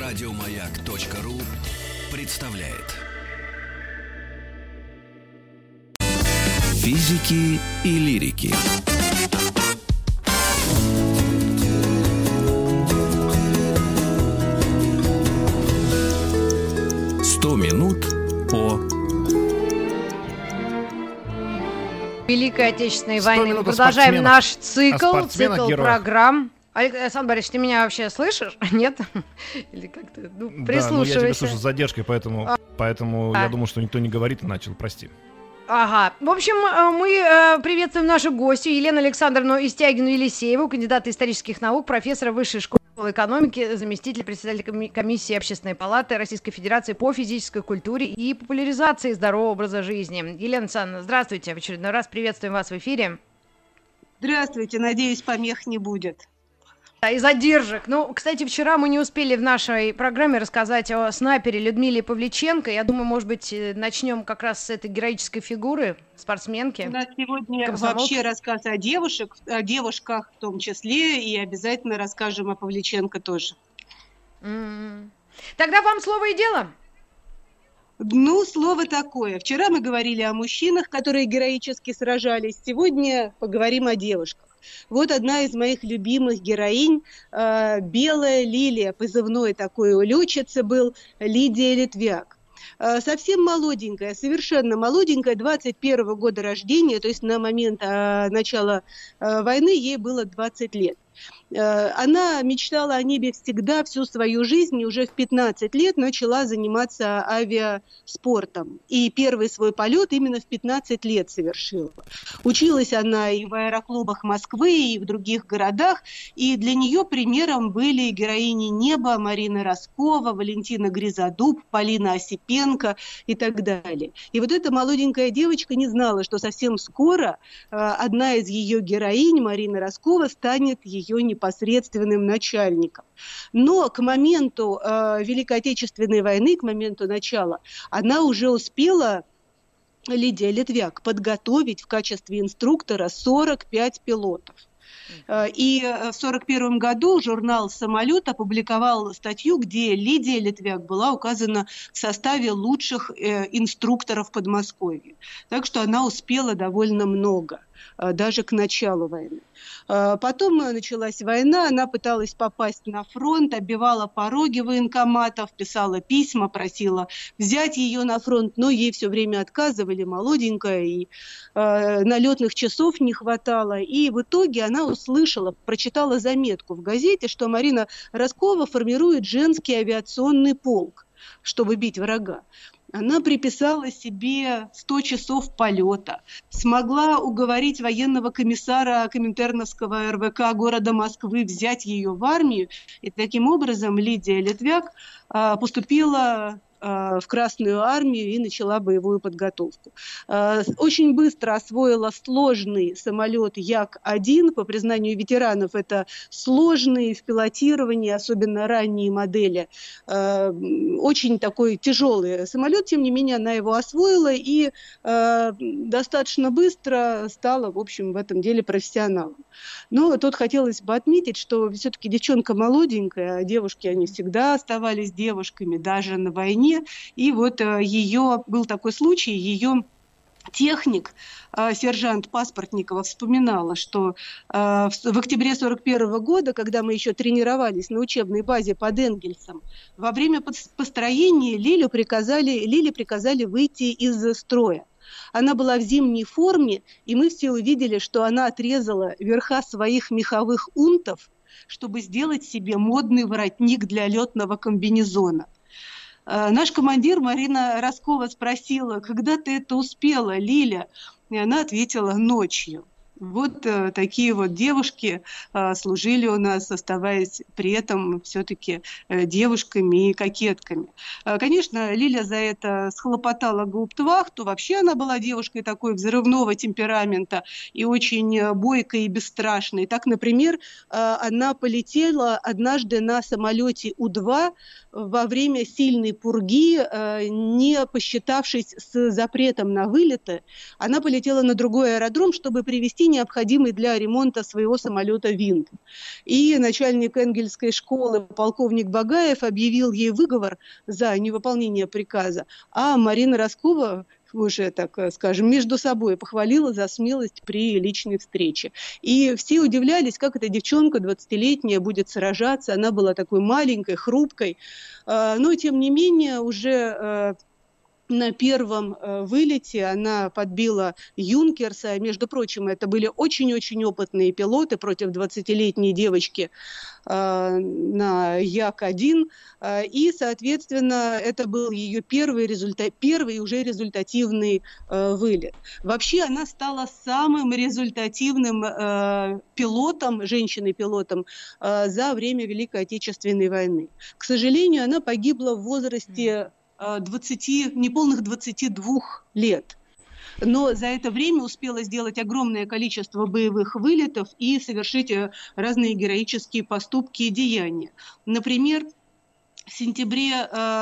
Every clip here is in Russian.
Радиомаяк.ру представляет Физики и лирики. «100 минут по...» Великой Отечественной войны. Мы продолжаем наш цикл программ. Александр Борисович, ты меня вообще слышишь? Нет? Или как-то прислушивайся. Да, я тебя слышу с задержкой, поэтому я думаю, что никто не говорит и начал, прости. Ага. В общем, мы приветствуем нашу гостью Елену Александровну Истягину-Елисееву, кандидата исторических наук, профессора Высшей школы экономики, заместитель председателя комиссии Общественной палаты Российской Федерации по физической культуре и популяризации здорового образа жизни. Елена Александровна, здравствуйте. В очередной раз приветствуем вас в эфире. Здравствуйте. Надеюсь, помех не будет. И задержек. Ну, кстати, вчера мы не успели в нашей программе рассказать о снайпере Людмиле Павличенко. Я думаю, может быть, начнем как раз с этой героической фигуры, спортсменки. У нас сегодня вообще рассказ о девушках в том числе, и обязательно расскажем о Павличенко тоже. Тогда вам слово и дело. Ну, слово такое. Вчера мы говорили о мужчинах, которые героически сражались. Сегодня поговорим о девушках. Вот одна из моих любимых героинь, Белая Лилия, позывной такой у летчицы был, Лидия Литвяк. Совсем молоденькая, совершенно молоденькая, 21 года рождения, то есть на момент начала войны ей было 20 лет. Она мечтала о небе всегда, всю свою жизнь, и уже в 15 лет начала заниматься авиаспортом. И первый свой полет именно в 15 лет совершила. Училась она и в аэроклубах Москвы, и в других городах, и для нее примером были героини неба Марина Роскова, Валентина Гризодуб, Полина Осипенко и так далее. И вот эта молоденькая девочка не знала, что совсем скоро одна из ее героинь, Марина Роскова, станет ее непосредственным начальником. Но к моменту Великой Отечественной войны, к моменту начала, она уже успела, Лидия Литвяк, подготовить в качестве инструктора 45 пилотов. И в 1941 году журнал «Самолет» опубликовал статью, где Лидия Литвяк была указана в составе лучших инструкторов Подмосковья. Так что она успела довольно много, даже к началу войны. Потом началась война, она пыталась попасть на фронт, оббивала пороги военкоматов, писала письма, просила взять ее на фронт, но ей все время отказывали, молоденькая, и налетных часов не хватало. И в итоге она услышала, прочитала заметку в газете, что Марина Роскова формирует женский авиационный полк, чтобы бить врага. Она приписала себе 100 часов полета, смогла уговорить военного комиссара Коминтерновского РВК города Москвы взять ее в армию. И таким образом Лидия Литвяк поступила в Красную армию и начала боевую подготовку. Очень быстро освоила сложный самолет Як-1. По признанию ветеранов, это сложные в пилотировании, особенно ранние модели. Очень такой тяжелый самолет, тем не менее она его освоила и достаточно быстро стала, в общем, в этом деле профессионалом. Но тут хотелось бы отметить, что все-таки девчонка молоденькая, а девушки, они всегда оставались девушками, даже на войне. И вот был такой случай, ее техник, сержант Паспортникова, вспоминала, что в октябре 1941 года, когда мы еще тренировались на учебной базе под Энгельсом, во время построения Лиле приказали выйти из строя. Она была в зимней форме, и мы все увидели, что она отрезала верха своих меховых унтов, чтобы сделать себе модный воротник для летного комбинезона. Наш командир Марина Роскова спросила: когда ты это успела, Лиля? И она ответила: ночью. Вот такие вот девушки служили у нас, оставаясь при этом все-таки девушками и кокетками. Конечно, Лиля за это схлопотала гауптвахту. Вообще она была девушкой такой взрывного темперамента и очень бойкой и бесстрашной. Так, например, она полетела однажды на самолете У-2 во время сильной пурги, не посчитавшись с запретом на вылеты. Она полетела на другой аэродром, чтобы привезти приобрести необходимый для ремонта своего самолета винт. И начальник Энгельсской школы полковник Багаев объявил ей выговор за невыполнение приказа, а Марина Роскова уже, так скажем, между собой похвалила за смелость при личной встрече. И все удивлялись, как эта девчонка 20-летняя будет сражаться. Она была такой маленькой, хрупкой. Но, тем не менее, уже на первом вылете она подбила Юнкерса. Между прочим, это были очень-очень опытные пилоты против 20-летней девочки на Як-1. И, соответственно, это был ее первый уже результативный вылет. Вообще она стала самым результативным пилотом, женщиной-пилотом за время Великой Отечественной войны. К сожалению, она погибла в возрасте неполных 22 лет. Но за это время успела сделать огромное количество боевых вылетов и совершить разные героические поступки и деяния. Например, в сентябре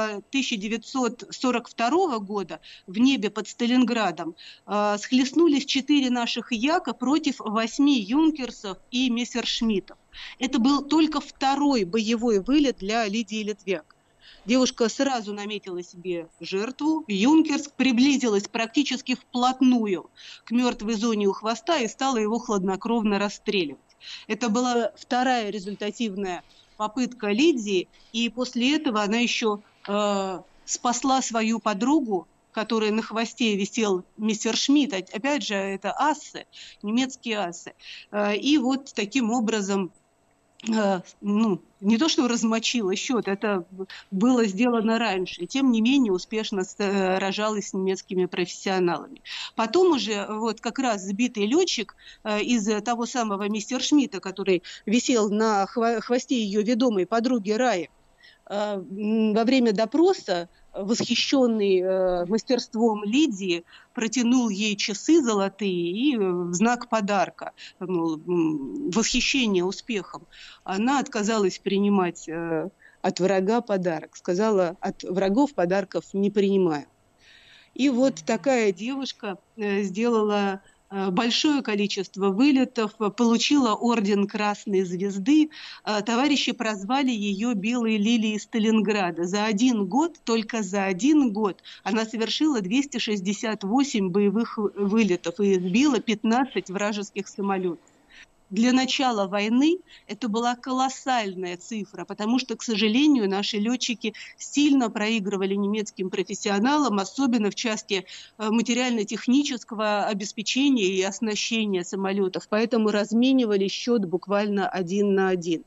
1942 года в небе под Сталинградом схлестнулись 4 наших Яка против 8 юнкерсов и мессершмиттов. Это был только второй боевой вылет для Лидии Литвяк. Девушка сразу наметила себе жертву. Юнкерс приблизилась практически вплотную к мертвой зоне у хвоста и стала его хладнокровно расстреливать. Это была вторая результативная попытка Лидии, и после этого она еще спасла свою подругу, которой на хвосте висел мессершмитт. Опять же, это ассы, немецкие ассы. И вот таким образом не то что размочила счет, это было сделано раньше, и тем не менее успешно сражалась с немецкими профессионалами. Потом уже вот как раз сбитый летчик из того самого мессершмитта, который висел на хвосте ее ведомой подруги Раи, во время допроса, восхищенный мастерством Лидии, протянул ей часы золотые и в знак подарка, восхищения успехом. Она отказалась принимать от врага подарок. Сказала, от врагов подарков не принимаю. И вот такая девушка сделала большое количество вылетов, получила орден Красной Звезды. Товарищи прозвали ее «Белой лилией Сталинграда». За один год, только за один год, она совершила 268 боевых вылетов и сбила 15 вражеских самолетов. Для начала войны это была колоссальная цифра, потому что, к сожалению, наши летчики сильно проигрывали немецким профессионалам, особенно в части материально-технического обеспечения и оснащения самолетов, поэтому разменивали счет буквально 1 на 1.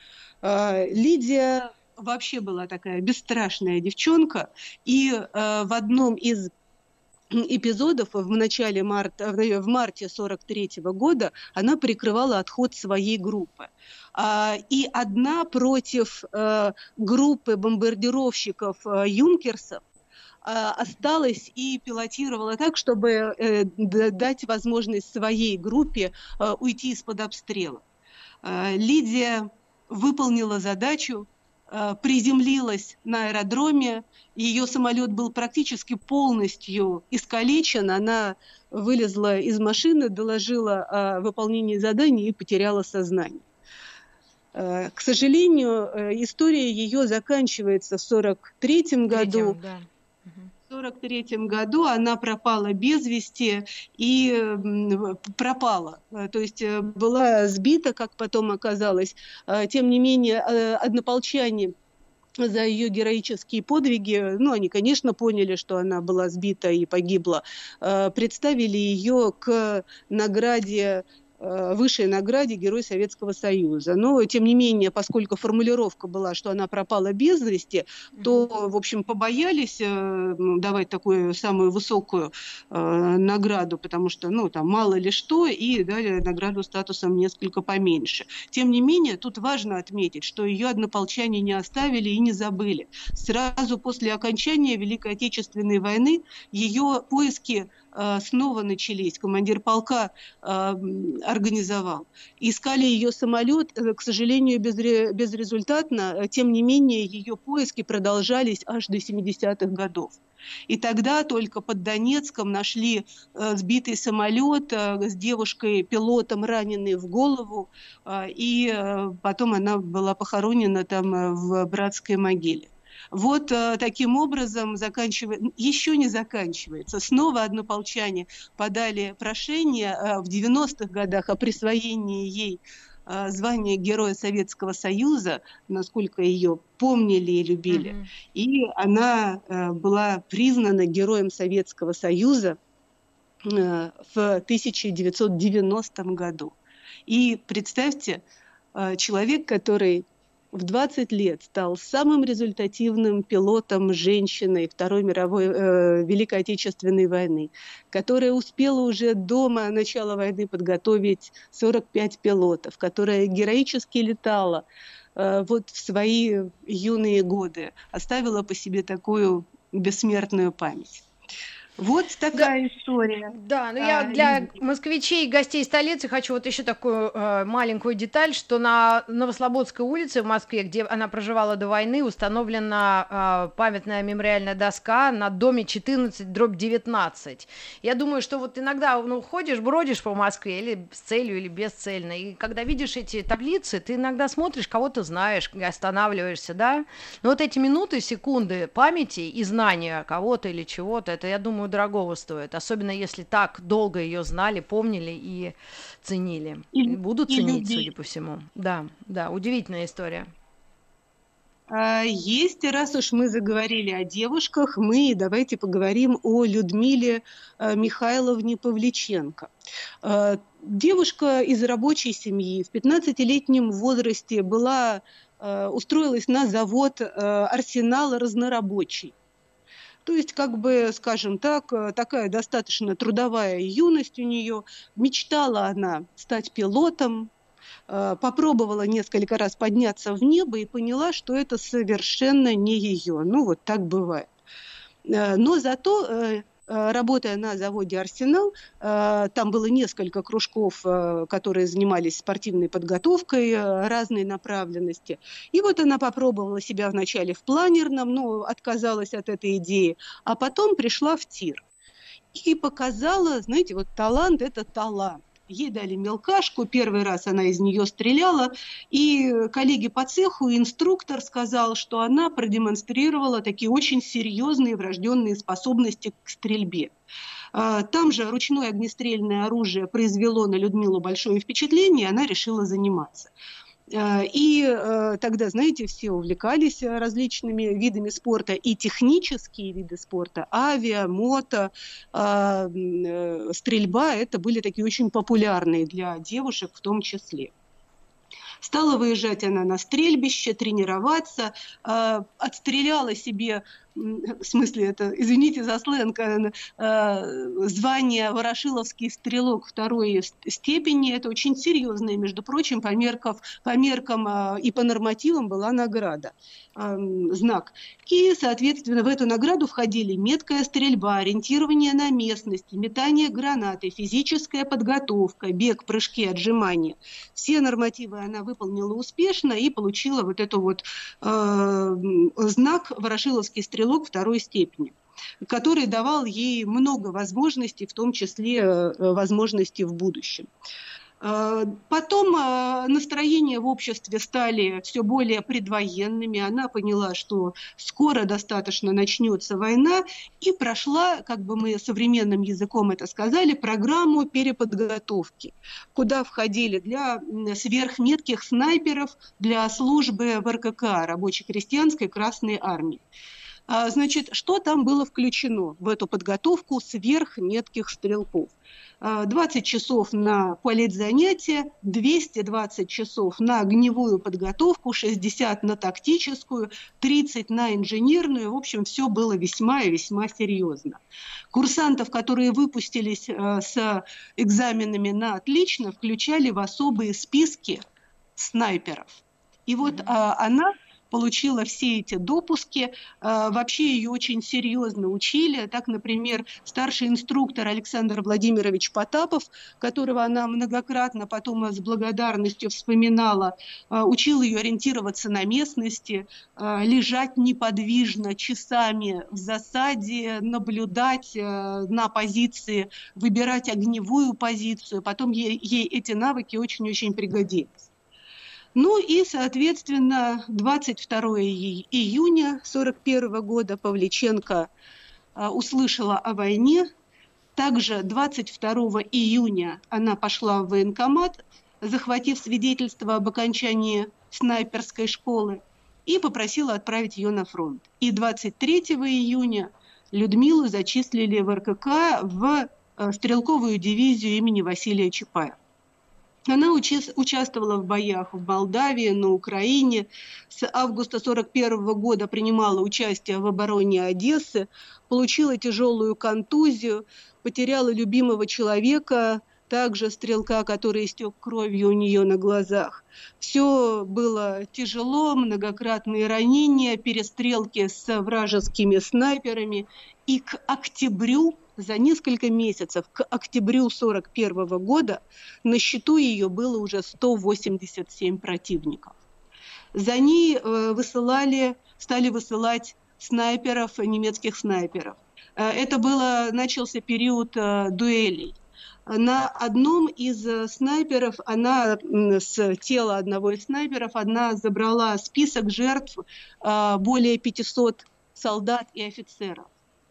Лидия вообще была такая бесстрашная девчонка, и в одном из эпизодов в марте 1943 года она прикрывала отход своей группы. И одна против группы бомбардировщиков юнкерсов осталась и пилотировала так, чтобы дать возможность своей группе уйти из-под обстрела. Лидия выполнила задачу, приземлилась на аэродроме, ее самолет был практически полностью искалечен, она вылезла из машины, доложила о выполнении задания и потеряла сознание. К сожалению, история ее заканчивается в 1943 году. В 1943 году она пропала без вести и пропала. То есть была сбита, как потом оказалось. Тем не менее, однополчане за ее героические подвиги, они, конечно, поняли, что она была сбита и погибла, представили ее к награде, высшей награде Герой Советского Союза. Но, тем не менее, поскольку формулировка была, что она пропала без вести, то, в общем, побоялись давать такую самую высокую награду, потому что, там мало ли что, и дали награду статусом несколько поменьше. Тем не менее, тут важно отметить, что ее однополчане не оставили и не забыли. Сразу после окончания Великой Отечественной войны ее поиски снова начались. Командир полка организовал. Искали ее самолет, к сожалению, безрезультатно. Тем не менее, ее поиски продолжались аж до 70-х годов. И тогда только под Донецком нашли сбитый самолет с девушкой-пилотом, раненой в голову, и потом она была похоронена там в братской могиле. Вот таким образом еще не заканчивается. Снова однополчане подали прошение в 90-х годах о присвоении ей звание Героя Советского Союза, насколько ее помнили и любили. И она была признана Героем Советского Союза в 1990 году. И представьте, человек, который в 20 лет стал самым результативным пилотом женщиной Второй мировой Великой Отечественной войны, которая успела уже до начала войны подготовить 45 пилотов, которая героически летала вот в свои юные годы, оставила по себе такую бессмертную память. Вот такая история. Да, но я для москвичей и гостей столицы хочу вот еще такую маленькую деталь, что на Новослободской улице в Москве, где она проживала до войны, установлена памятная мемориальная доска на доме 14/19. Я думаю, что вот иногда ходишь, бродишь по Москве или с целью, или бесцельно, и когда видишь эти таблицы, ты иногда смотришь, кого-то знаешь, останавливаешься, да? Но вот эти минуты, секунды памяти и знания кого-то или чего-то, это, я думаю, дорогого стоит, особенно если так долго ее знали, помнили и ценили. И будут ценить, любили. Судя по всему. Да, удивительная история. Есть, раз уж мы заговорили о девушках, давайте поговорим о Людмиле Михайловне Павличенко. Девушка из рабочей семьи в 15-летнем возрасте устроилась на завод «Арсенал» разнорабочий. То есть, скажем так, такая достаточно трудовая юность у нее. Мечтала она стать пилотом, попробовала несколько раз подняться в небо и поняла, что это совершенно не ее. Вот так бывает. Но зато, работая на заводе «Арсенал», там было несколько кружков, которые занимались спортивной подготовкой разной направленности. И вот она попробовала себя вначале в планерном, но отказалась от этой идеи, а потом пришла в тир. И показала, знаете, вот талант – это талант. Ей дали мелкашку, первый раз она из нее стреляла, и коллеги по цеху, инструктор сказал, что она продемонстрировала такие очень серьезные врожденные способности к стрельбе. Там же ручное огнестрельное оружие произвело на Людмилу большое впечатление, и она решила заниматься. И тогда, знаете, все увлекались различными видами спорта, и технические виды спорта, авиа, мото, стрельба, это были такие очень популярные для девушек в том числе. Стала выезжать она на стрельбище, тренироваться, отстреляла себе, в смысле, это, извините за сленг, звание «Ворошиловский стрелок» второй степени. Это очень серьезная, между прочим, по меркам и по нормативам была награда, знак. И, соответственно, в эту награду входили меткая стрельба, ориентирование на местности, метание гранаты, физическая подготовка, бег, прыжки, отжимания. Все нормативы она выполнила успешно и получила вот эту вот знак «Ворошиловский стрелок» второй степени, который давал ей много возможностей, в том числе возможностей в будущем. Потом настроения в обществе стали все более предвоенными. Она поняла, что скоро достаточно начнется война, и прошла, как бы мы современным языком это сказали, программу переподготовки, куда входили для сверхметких снайперов для службы в РККА, Рабоче-крестьянской Красной Армии. Значит, что там было включено в эту подготовку сверхметких стрелков? 20 часов на политзанятия, 220 часов на огневую подготовку, 60 на тактическую, 30 на инженерную. В общем, все было весьма и весьма серьезно. Курсантов, которые выпустились с экзаменами на отлично, включали в особые списки снайперов. И вот она получила все эти допуски. Вообще ее очень серьезно учили. Так, например, старший инструктор Александр Владимирович Потапов, которого она многократно потом с благодарностью вспоминала, учил ее ориентироваться на местности, лежать неподвижно часами в засаде, наблюдать на позиции, выбирать огневую позицию. Потом ей эти навыки очень-очень пригодились. Ну и, соответственно, 22 июня 1941 года Павличенко услышала о войне. Также 22 июня она пошла в военкомат, захватив свидетельство об окончании снайперской школы, и попросила отправить ее на фронт. И 23 июня Людмилу зачислили в РКК в стрелковую дивизию имени Василия Чапаева. Она участвовала в боях в Молдавии, на Украине. С августа 1941 года принимала участие в обороне Одессы, получила тяжелую контузию, потеряла любимого человека, также стрелка, который истек кровью у нее на глазах. Все было тяжело, многократные ранения, перестрелки с вражескими снайперами. И к октябрю, за несколько месяцев, к октябрю 1941 года на счету ее было уже 187 противников. За ней стали высылать снайперов, немецких снайперов. Начался период дуэлей. На одном из снайперов, с тела одного из снайперов, она забрала список жертв более 500 солдат и офицеров.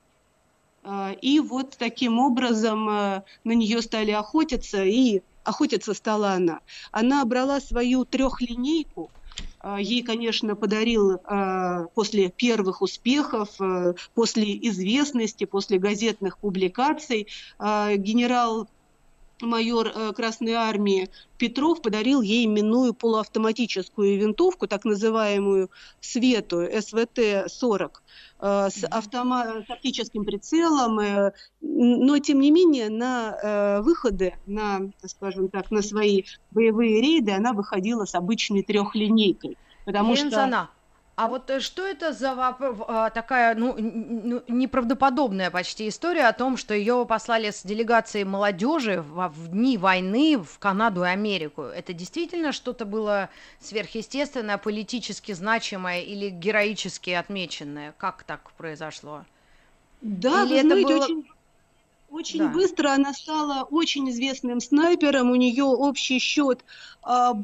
И вот таким образом на нее стали охотиться, и охотиться стала она. Она брала свою трехлинейку. Ей, конечно, подарил после первых успехов, после известности, после газетных публикаций генерал-майор Красной Армии Петров подарил ей именную полуавтоматическую винтовку, так называемую Свету, СВТ-40, с оптическим прицелом, но, тем не менее, на выходы, скажем так, на свои боевые рейды она выходила с обычной трехлинейкой. А вот что это за такая, неправдоподобная почти история о том, что ее послали с делегацией молодежи в дни войны в Канаду и Америку? Это действительно что-то было сверхъестественное, политически значимое или героически отмеченное? Как так произошло? Да, или вы знаете, очень быстро она стала очень известным снайпером. У нее общий счет к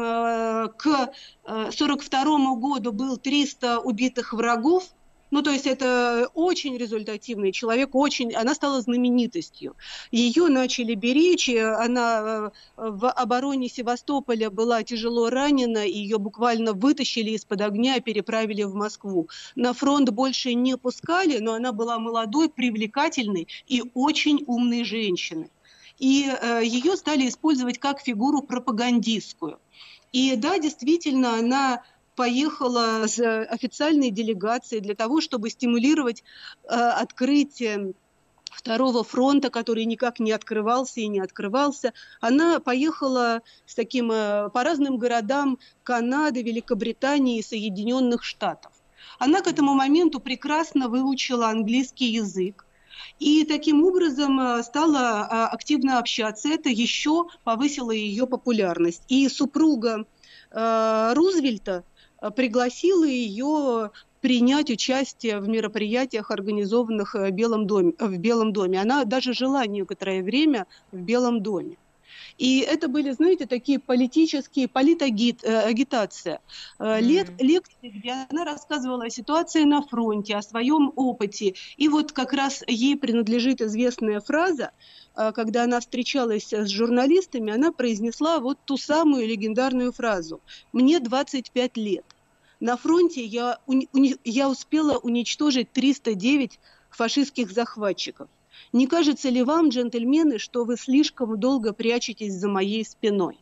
1942 году был 300 убитых врагов. Ну, то есть это очень результативный человек, она стала знаменитостью. Ее начали беречь, она в обороне Севастополя была тяжело ранена, ее буквально вытащили из-под огня, переправили в Москву. На фронт больше не пускали, но она была молодой, привлекательной и очень умной женщиной. И ее стали использовать как фигуру пропагандистскую. И да, действительно, она поехала с официальной делегацией для того, чтобы стимулировать открытие Второго фронта, который никак не открывался и не открывался. Она поехала по разным городам Канады, Великобритании и Соединенных Штатов. Она к этому моменту прекрасно выучила английский язык и таким образом стала активно общаться. Это еще повысило ее популярность. И супруга Рузвельта пригласила ее принять участие в мероприятиях, организованных в Белом доме. Она даже жила некоторое время в Белом доме. И это были, знаете, такие политические, политагитация. Лекции, где она рассказывала о ситуации на фронте, о своем опыте. И вот как раз ей принадлежит известная фраза, когда она встречалась с журналистами, она произнесла вот ту самую легендарную фразу: «Мне 25 лет. На фронте я успела уничтожить 309 фашистских захватчиков. Не кажется ли вам, джентльмены, что вы слишком долго прячетесь за моей спиной?»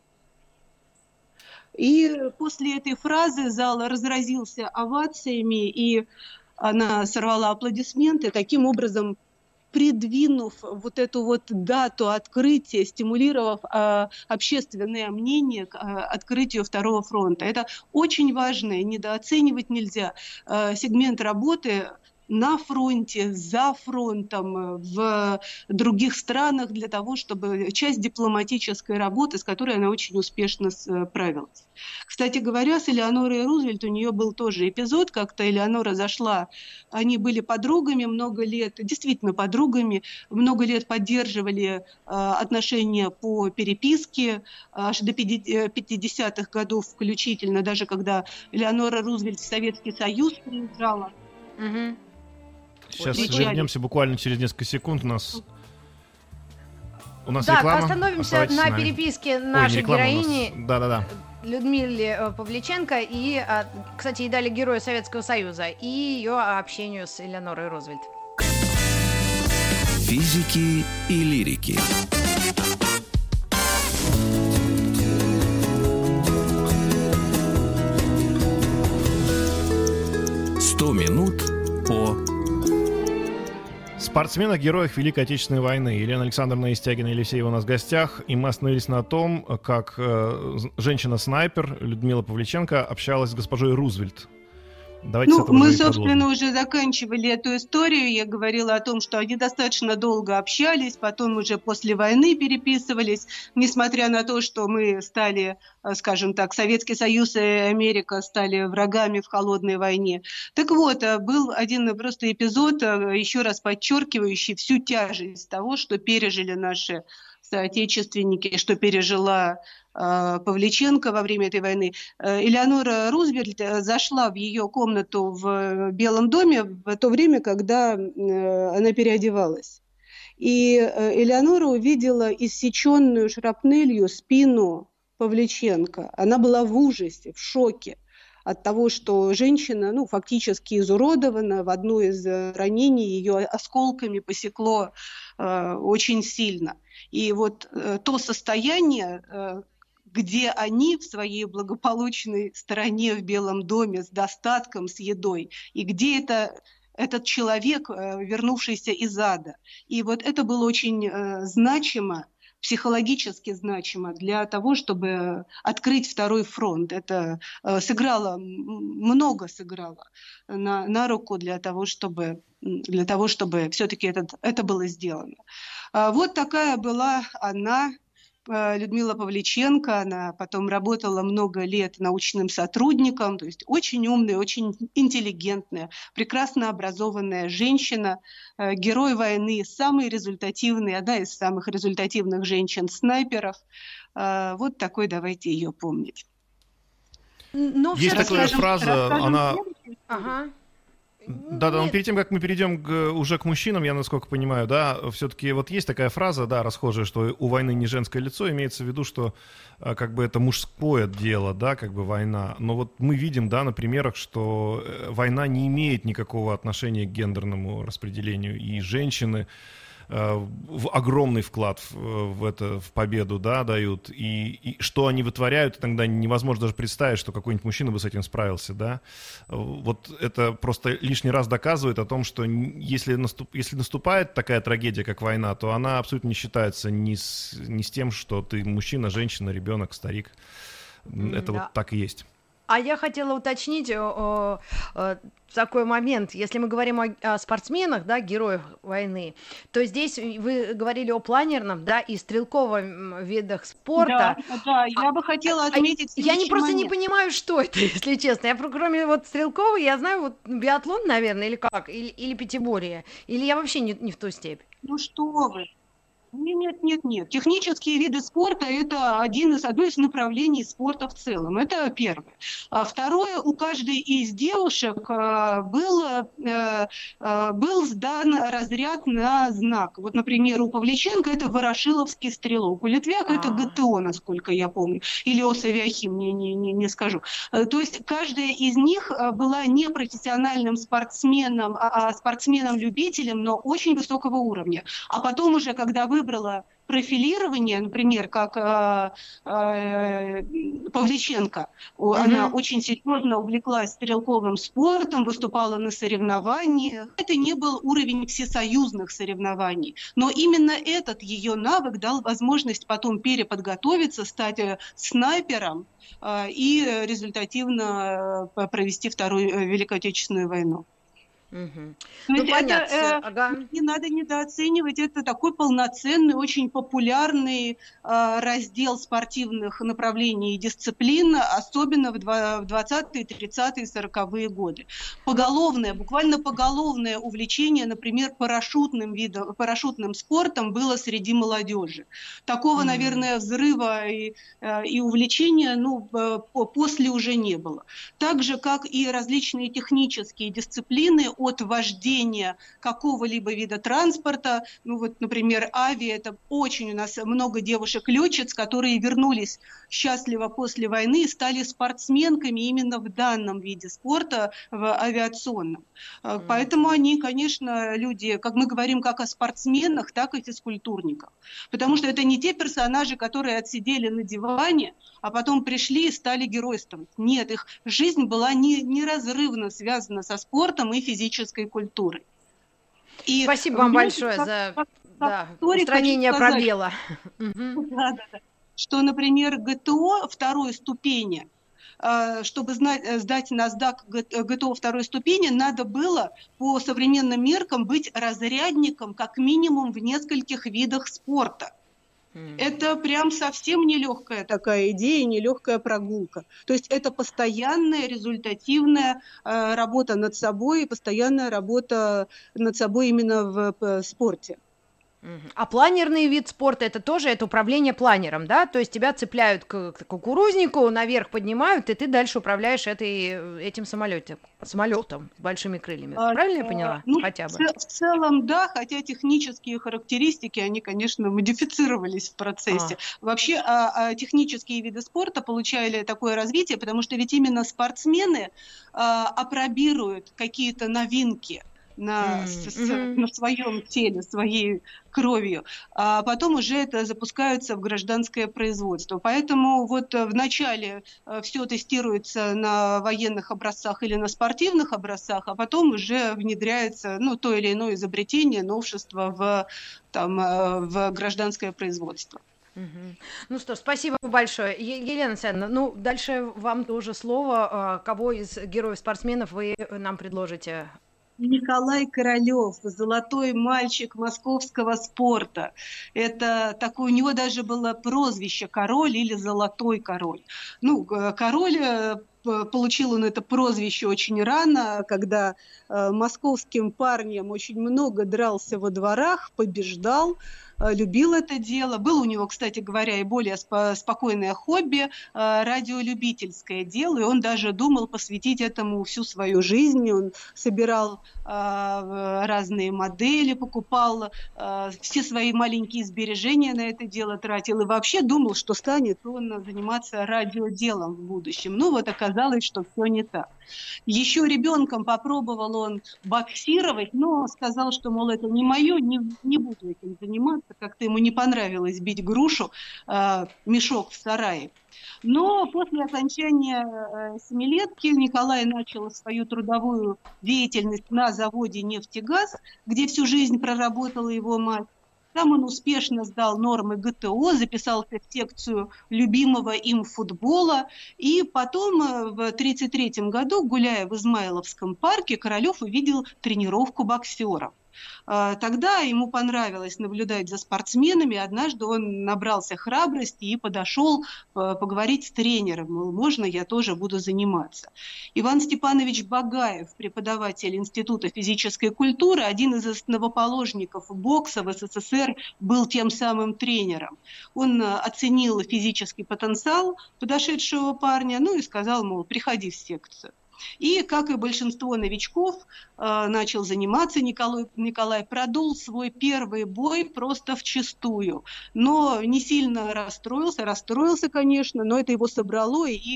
И после этой фразы зал разразился овациями, и она сорвала аплодисменты. Таким образом, придвинув вот эту вот дату открытия, стимулировав общественное мнение к открытию второго фронта. Это очень важно, недооценивать нельзя. Сегмент работы на фронте, за фронтом, в других странах для того, чтобы часть дипломатической работы, с которой она очень успешно справилась. Кстати говоря, с Элеонорой Рузвельт у нее был тоже эпизод, как-то Элеонора зашла, они были подругами много лет, действительно подругами, много лет поддерживали отношения по переписке, аж до 50-х годов включительно, даже когда Элеонора Рузвельт в Советский Союз приезжала. Угу. Сейчас Кричали. вернемся буквально через несколько секунд. У нас Да, реклама. остановимся Оставайтесь на с нами. переписке Ой, не нашей реклама, у нас- героини Да-да-да. Людмиле Павличенко и, кстати, ей дали Героя Советского Союза, и ее общению с Элеонорой Рузвельт. Физики и лирики. «100 минут по...» Спортсменах, героях Великой Отечественной войны. Елена Александровна Истягина-Елисеева у нас в гостях. И мы остановились на том, как женщина-снайпер Людмила Павличенко общалась с госпожой Рузвельт. Давайте с этого Мы, же и собственно, продолжим. уже заканчивали эту историю. Я говорила о том, что они достаточно долго общались, потом уже после войны переписывались, несмотря на то, что мы стали, скажем так, Советский Союз и Америка стали врагами в холодной войне. Так вот, был один просто эпизод, еще раз подчеркивающий всю тяжесть того, что пережили наши соотечественники, что пережила Павличенко во время этой войны. Элеонора Рузвельт зашла в ее комнату в Белом доме в то время, когда она переодевалась. И Элеонора увидела иссеченную шрапнелью спину Павличенко. Она была в ужасе, в шоке от того, что женщина, фактически изуродована, в одно из ранений ее осколками посекло очень сильно. И вот то состояние, где они в своей благополучной стране в Белом доме с достатком, с едой, и где этот человек, вернувшийся из ада. И вот это было очень значимо, психологически значимо для того, чтобы открыть второй фронт. Это много сыграло на руку для того, чтобы все-таки это было сделано. Вот такая была она, Людмила Павличенко. Она потом работала много лет научным сотрудником, то есть очень умная, очень интеллигентная, прекрасно образованная женщина, герой войны, самый результативный, одна из самых результативных женщин-снайперов. Вот такой давайте ее помнить. Но Есть такая фраза, она... Ага. Да, но перед тем, как мы перейдем уже к мужчинам, я насколько понимаю, да, все-таки вот есть такая фраза, да, расхожая, что у войны не женское лицо, имеется в виду, что как бы это мужское дело, да, как бы война. Но вот мы видим, да, на примерах, что война не имеет никакого отношения к гендерному распределению, и женщины огромный вклад в победу, да, дают, и что они вытворяют, тогда невозможно даже представить, что какой-нибудь мужчина бы с этим справился, да. Вот это просто лишний раз доказывает о том, что если наступает такая трагедия, как война, то она абсолютно не считается ни с тем, что ты мужчина, женщина, ребенок, старик. Это да. вот так и есть. А я хотела уточнить такой момент. Если мы говорим о спортсменах, да, героях войны, то здесь вы говорили о планерном, да, и стрелковом видах спорта. Да, я бы хотела отметить я не понимаю, что это, если честно. Я кроме вот стрелкового, я знаю вот биатлон, наверное, или как, или пятиборье, или я вообще не в ту степь. Ну что вы? Нет. Технические виды спорта – это одно из направлений спорта в целом. Это первое. А второе, у каждой из девушек был сдан разряд на знак. Вот, например, у Павличенко это Ворошиловский стрелок, у Литвяк это ГТО, насколько я помню, или Осавиахим, не скажу. То есть каждая из них была не профессиональным спортсменом, а спортсменом-любителем, но очень высокого уровня. А потом уже, когда выбор выбрала профилирование, например, как Павличенко. Она очень серьезно увлеклась стрелковым спортом, выступала на соревнованиях. Это не был уровень всесоюзных соревнований, но именно этот ее навык дал возможность потом переподготовиться, стать снайпером и результативно провести Вторую Великую Отечественную войну. Ну, понятно. Не надо недооценивать, это такой полноценный, очень популярный раздел спортивных направлений и дисциплин, особенно в 20-е, 30-е, 40-е годы. Буквально поголовное увлечение, например, парашютным спортом было среди молодежи. Такого, наверное, взрыва и увлечения после уже не было. Так же, как и различные технические дисциплины, от вождения какого-либо вида транспорта, например, авиа, это очень у нас много девушек-летчиц, которые вернулись счастливо после войны и стали спортсменками именно в данном виде спорта, в авиационном. Поэтому они, конечно, люди, как мы говорим, как о спортсменах, так и физкультурниках. Потому что это не те персонажи, которые отсидели на диване, а потом пришли и стали геройствовать. Нет, их жизнь была неразрывно связана со спортом и физической культурой. И спасибо вам большое за устранение пробела. Что, например, ГТО второй ступени, чтобы сдать NASDAQ ГТО второй ступени, надо было по современным меркам быть разрядником как минимум в нескольких видах спорта. Это прям совсем нелегкая такая идея, нелегкая прогулка. То есть это постоянная результативная работа над собой, и постоянная работа над собой именно в спорте. А планерный вид спорта это тоже управление планером, да? То есть тебя цепляют к кукурузнику, наверх поднимают, и ты дальше управляешь этим самолетом с большими крыльями. Правильно я поняла? Хотя бы. В целом, да, хотя технические характеристики, они, конечно, модифицировались в процессе. Вообще, технические виды спорта получали такое развитие, потому что ведь именно спортсмены апробируют какие-то новинки на своем теле, своей кровью, а потом уже это запускается в гражданское производство. Поэтому вот вначале все тестируется на военных образцах или на спортивных образцах, а потом уже внедряется то или иное изобретение, новшество в гражданское производство. Ну что ж, спасибо большое. Елена Александровна, дальше вам тоже слово. Кого из героев-спортсменов вы нам предложите? Николай Королев, золотой мальчик московского спорта. Это такое, у него даже было прозвище «Король» или «Золотой король». Король, получил он это прозвище очень рано, когда московским парнем очень много дрался во дворах, побеждал, любил это дело. Было у него, кстати говоря, и более спокойное хобби, радиолюбительское дело, и он даже думал посвятить этому всю свою жизнь. Он собирал разные модели, покупал все свои маленькие сбережения на это дело тратил, и вообще думал, что станет он заниматься радиоделом в будущем. Оказалось, что все не так. Еще ребенком попробовал он боксировать, но сказал, что, мол, это не мое, не буду этим заниматься, как-то ему не понравилось бить грушу, мешок в сарае. Но после окончания семилетки Николай начал свою трудовую деятельность на заводе «Нефтегаз», где всю жизнь проработала его мать. Там он успешно сдал нормы ГТО, записался в секцию любимого им футбола. И потом в 1933 году, гуляя в Измайловском парке, Королев увидел тренировку боксеров. Тогда ему понравилось наблюдать за спортсменами. Однажды он набрался храбрости и подошел поговорить с тренером. Мол, можно я тоже буду заниматься. Иван Степанович Багаев, преподаватель Института физической культуры, один из основоположников бокса в СССР, был тем самым тренером. Он оценил физический потенциал подошедшего парня, и сказал, мол, приходи в секцию. И, как и большинство новичков, начал заниматься. Николай продул свой первый бой просто вчистую. Но не сильно расстроился, конечно, но это его собрало и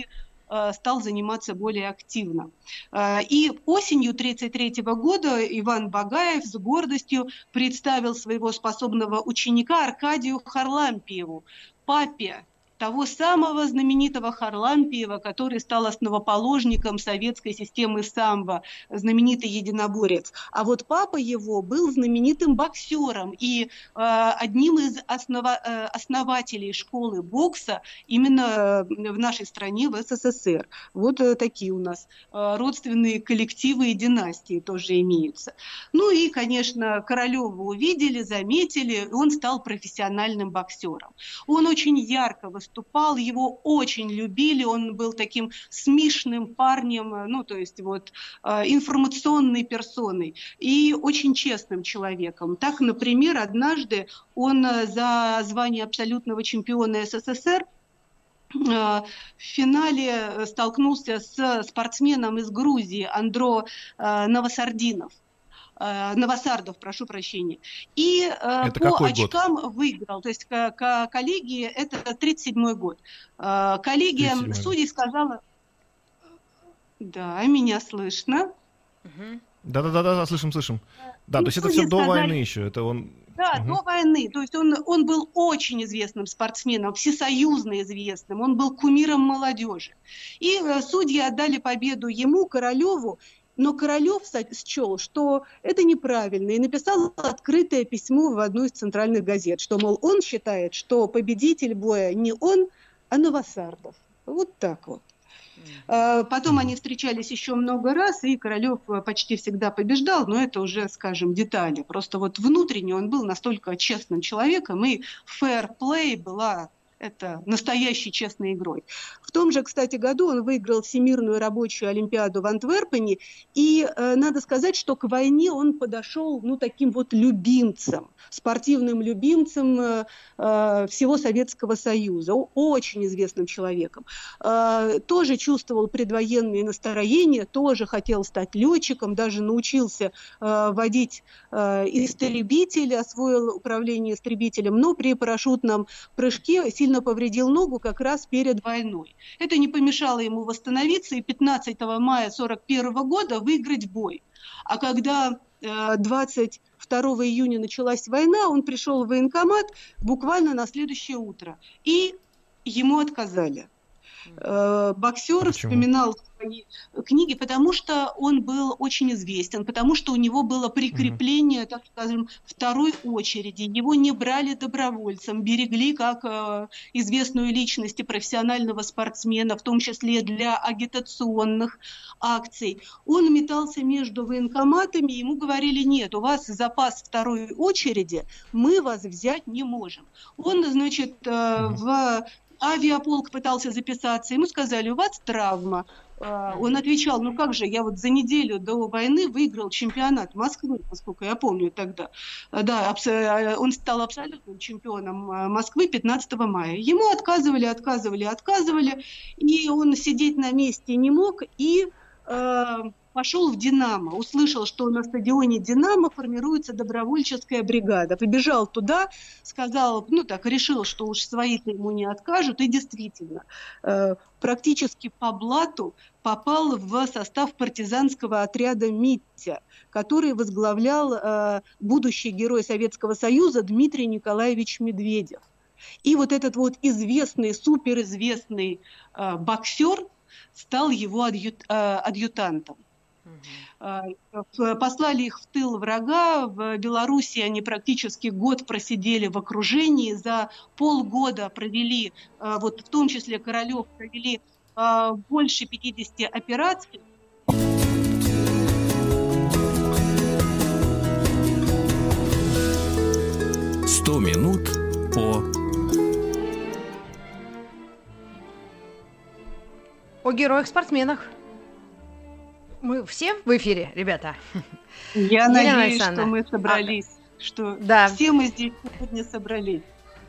стал заниматься более активно. И осенью 1933 года Иван Багаев с гордостью представил своего способного ученика Аркадию Харлампиеву, папе того самого знаменитого Харлампиева, который стал основоположником советской системы самбо, знаменитый единоборец. А вот папа его был знаменитым боксером и одним из основателей школы бокса именно в нашей стране, в СССР. Вот такие у нас родственные коллективы и династии тоже имеются. Ну и, конечно, Королёва увидели, заметили, он стал профессиональным боксером. Он очень ярко выступал, его очень любили, он был таким смешным парнем, ну, то есть вот информационной персоной и очень честным человеком. Так, например, однажды он за звание абсолютного чемпиона СССР в финале столкнулся с спортсменом из Грузии Андро Новосардов, прошу прощения. И по очкам год? Выиграл. То есть коллегия, это 1937 год. Коллегия судей сказала... Да, меня слышно. Да, слышим. Да, то есть это все до войны еще. Это он... Да, до войны. То есть он был очень известным спортсменом, всесоюзно известным. Он был кумиром молодежи. И судьи отдали победу ему, Королеву. Но Королёв счел, что это неправильно, и написал открытое письмо в одну из центральных газет, что, мол, он считает, что победитель боя не он, а Новосардов. Вот так вот. Потом они встречались еще много раз, и Королёв почти всегда побеждал, но это уже, скажем, детали. Просто вот внутренне он был настолько честным человеком, и фэр-плей была... Это настоящей честной игрой. В том же, кстати, году он выиграл Всемирную рабочую олимпиаду в Антверпене. И надо сказать, что к войне он подошел, ну, таким вот любимцем, спортивным любимцем всего Советского Союза, очень известным человеком. Тоже чувствовал предвоенные настроения, тоже хотел стать летчиком, даже научился водить истребитель, освоил управление истребителем, но при парашютном прыжке сильно повредил ногу как раз перед войной. Это не помешало ему восстановиться и 15 мая 1941 года выиграть бой. А когда 22 июня началась война, он пришел в военкомат буквально на следующее утро. И ему отказали. Боксер вспоминал свои книги, потому что он был очень известен, потому что у него было прикрепление, так скажем, второй очереди. Его не брали добровольцем, берегли как известную личность и профессионального спортсмена, в том числе для агитационных акций. Он метался между военкоматами, ему говорили: нет, у вас запас второй очереди, мы вас взять не можем. Он, значит, в авиаполк пытался записаться, ему сказали: у вас травма. Он отвечал: ну как же, я вот за неделю до войны выиграл чемпионат Москвы, насколько я помню тогда. Да, он стал абсолютным чемпионом Москвы 15 мая. Ему отказывали, и он сидеть на месте не мог, и пошел в «Динамо», услышал, что на стадионе «Динамо» формируется добровольческая бригада. Побежал туда, сказал, ну так, решил, что уж свои-то ему не откажут, и действительно, практически по блату попал в состав партизанского отряда «Митя», который возглавлял будущий герой Советского Союза Дмитрий Николаевич Медведев. И вот этот вот известный, суперизвестный боксер стал его адъютантом. Послали их в тыл врага. В Белоруссии они практически год просидели в окружении. За полгода провели, вот в том числе Королёв, провели больше 50 операций. 100 минут о героях-спортсменах. Мы все в эфире, ребята? Я надеюсь, что мы собрались, что да. Все мы здесь сегодня собрались.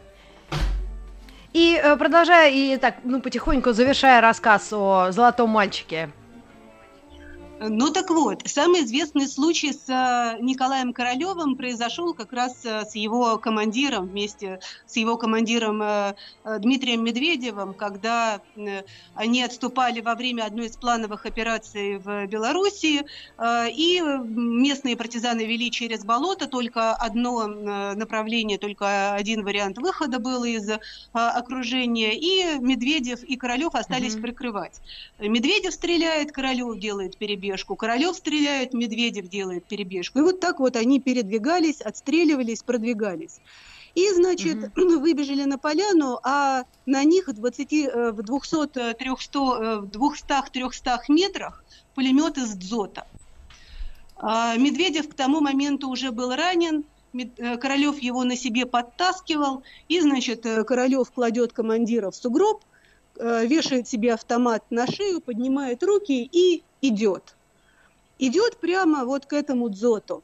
И продолжая, и так, ну, потихоньку завершая рассказ о золотом мальчике. Ну так вот, самый известный случай с Николаем Королевым произошел как раз с его командиром, вместе с его командиром Дмитрием Медведевым, когда они отступали во время одной из плановых операций в Белоруссии, и местные партизаны вели через болото, только одно направление, только один вариант выхода был из окружения, и Медведев и Королев остались прикрывать. Медведев стреляет, Королев делает перебежку. Королев стреляет, Медведев делает перебежку. И вот так вот они передвигались, отстреливались, продвигались. И, значит, выбежали на поляну, а на них в 200-300 метрах пулемет из дзота. Медведев к тому моменту уже был ранен, Королев его на себе подтаскивал, и, значит, Королев кладет командира в сугроб, вешает себе автомат на шею, поднимает руки и идет. Идет прямо вот к этому дзоту.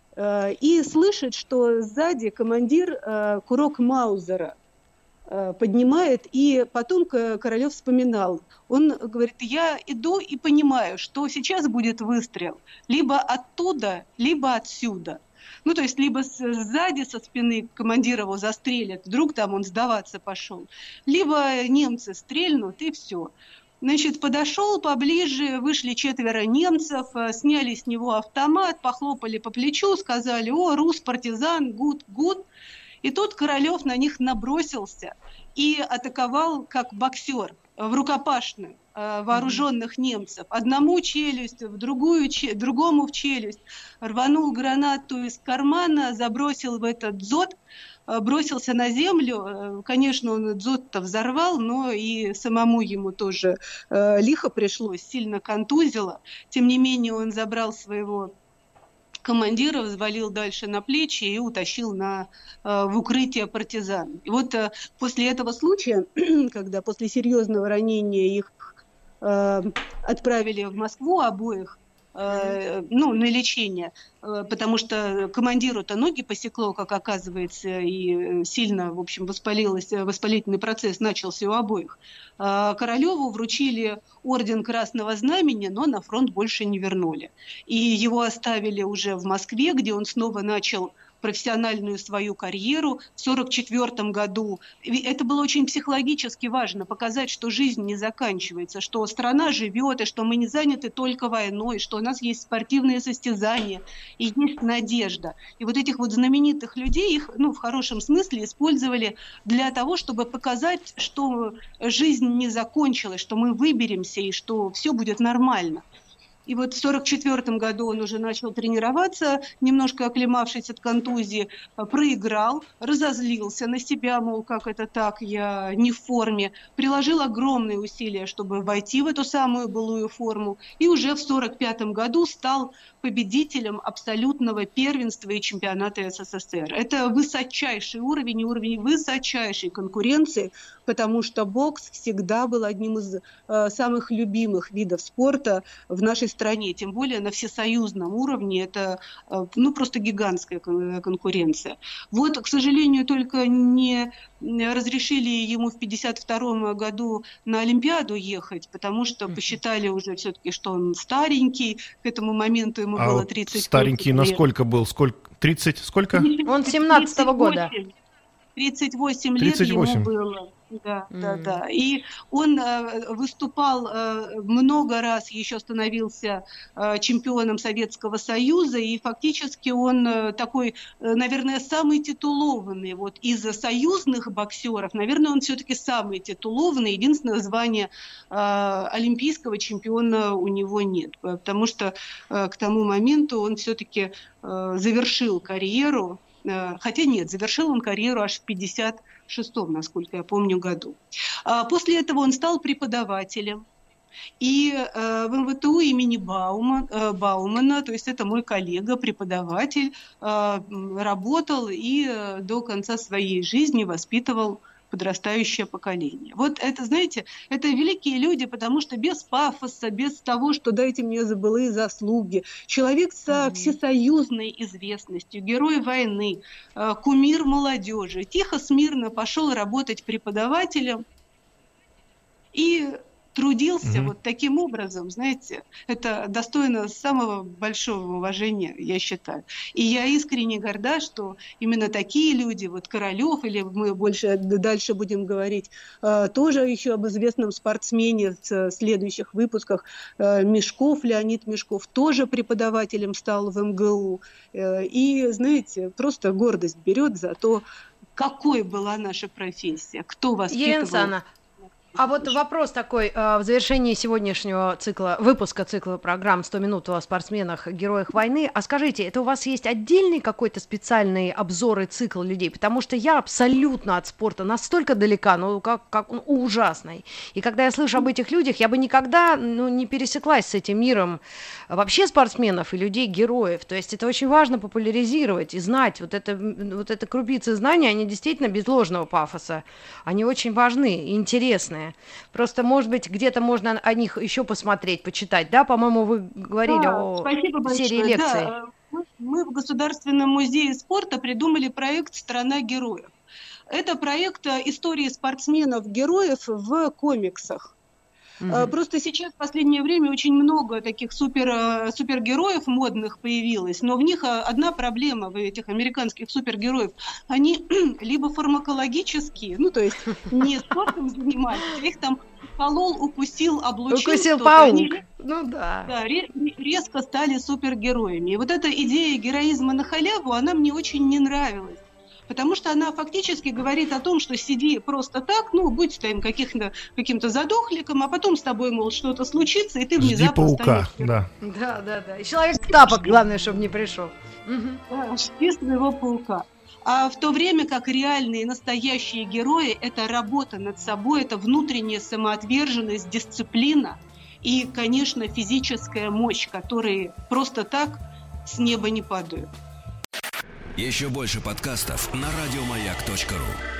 И слышит, что сзади командир курок Маузера поднимает, и потом Королев вспоминал. Он говорит, я иду и понимаю, что сейчас будет выстрел либо оттуда, либо отсюда. Ну, то есть, либо сзади, со спины командир его застрелят, вдруг там он сдаваться пошел, либо немцы стрельнут, и все. Значит, подошел поближе, вышли 4 немцев, сняли с него автомат, похлопали по плечу, сказали, о, рус, партизан, гуд, гуд. И тут Королев на них набросился и атаковал как боксер в рукопашную вооруженных немцев. Одному челюсть, другому в челюсть. Рванул гранату из кармана, забросил в этот дзот, бросился на землю. Конечно, он дзот-то взорвал, но и самому ему тоже лихо пришлось, сильно контузило. Тем не менее, он забрал своего командира, взвалил дальше на плечи и утащил в укрытие партизан. И вот после этого случая, когда после серьезного ранения их отправили в Москву обоих, на лечение, потому что командиру-то ноги посекло, как оказывается, и сильно, в общем, воспалительный процесс начался у обоих. Королеву вручили орден Красного Знамени, но на фронт больше не вернули. И его оставили уже в Москве, где он снова начал профессиональную свою карьеру в 1944 году. Это было очень психологически важно, показать, что жизнь не заканчивается, что страна живет, и что мы не заняты только войной, что у нас есть спортивные состязания, и есть надежда. И вот этих вот знаменитых людей, их, в хорошем смысле, использовали для того, чтобы показать, что жизнь не закончилась, что мы выберемся, и что все будет нормально. И вот в 1944 году он уже начал тренироваться, немножко оклемавшись от контузии, проиграл, разозлился на себя, мол, как это так, я не в форме, приложил огромные усилия, чтобы войти в эту самую былую форму, и уже в 1945 году стал победителем абсолютного первенства и чемпионата СССР. Это высочайший уровень, уровень высочайшей конкуренции, потому что бокс всегда был одним из самых любимых видов спорта в нашей стране, тем более на всесоюзном уровне. Это просто гигантская конкуренция. Вот, к сожалению, только не разрешили ему в 1952 году на Олимпиаду ехать, потому что посчитали уже все-таки, что он старенький, к этому моменту ему было 30 старенький лет. Насколько был? 30? Сколько? Он 17-го года. 38 лет ему было. Да. И он выступал много раз, еще становился чемпионом Советского Союза, и фактически он такой, наверное, самый титулованный. Вот из союзных боксеров, наверное, он все-таки самый титулованный. Единственное, звание олимпийского чемпиона у него нет, потому что к тому моменту он все-таки завершил карьеру. Хотя нет, завершил он карьеру аж в 1956, насколько я помню, году. После этого он стал преподавателем. И в МВТУ имени Баумана, то есть это мой коллега, преподаватель, работал и до конца своей жизни воспитывал подрастающее поколение. Вот это, знаете, это великие люди, потому что без пафоса, без того, что дайте мне за былые заслуги, человек со всесоюзной известностью, герой войны, кумир молодежи, тихо, смирно пошел работать преподавателем и трудился вот таким образом, знаете, это достойно самого большого уважения, я считаю. И я искренне горда, что именно такие люди, вот Королев, или мы больше дальше будем говорить, тоже еще об известном спортсмене в следующих выпусках, Мешков, Леонид Мешков, тоже преподавателем стал в МГУ. И, знаете, просто гордость берет за то, какой была наша профессия, кто воспитывал. Елена Александровна, а вот вопрос такой, в завершении сегодняшнего выпуска цикла программ «100 минут о спортсменах, героях войны». А скажите, это у вас есть отдельный какой-то специальный обзор и цикл людей? Потому что я абсолютно от спорта настолько далека, ну, как он ужасный. И когда я слышу об этих людях, я бы никогда не пересеклась с этим миром вообще спортсменов и людей-героев. То есть это очень важно популяризировать и знать. Вот это крупицы знаний, они действительно без ложного пафоса. Они очень важны и интересны. Просто, может быть, где-то можно о них еще посмотреть, почитать. Да, по-моему, вы говорили о серии лекций. Да. Мы в Государственном музее спорта придумали проект «Страна героев». Это проект истории спортсменов-героев в комиксах. Просто сейчас в последнее время очень много таких супергероев модных появилось, но в них одна проблема, в этих американских супергероев, они либо фармакологические, ну то есть не спортом занимались, их там уколол, укусил, облучил. Укусил паук. Они, да, резко стали супергероями. И вот эта идея героизма на халяву, она мне очень не нравилась. Потому что она фактически говорит о том, что сиди просто так, будь там каким-то задохликом, а потом с тобой, мол, что-то случится, и ты внезапно паука, станешь. Да. И человек-тапок, главное, чтобы не пришел. Да, жди своего паука. А в то время как реальные настоящие герои – это работа над собой, это внутренняя самоотверженность, дисциплина и, конечно, физическая мощь, которые просто так с неба не падают. Еще больше подкастов на радиомаяк.ру.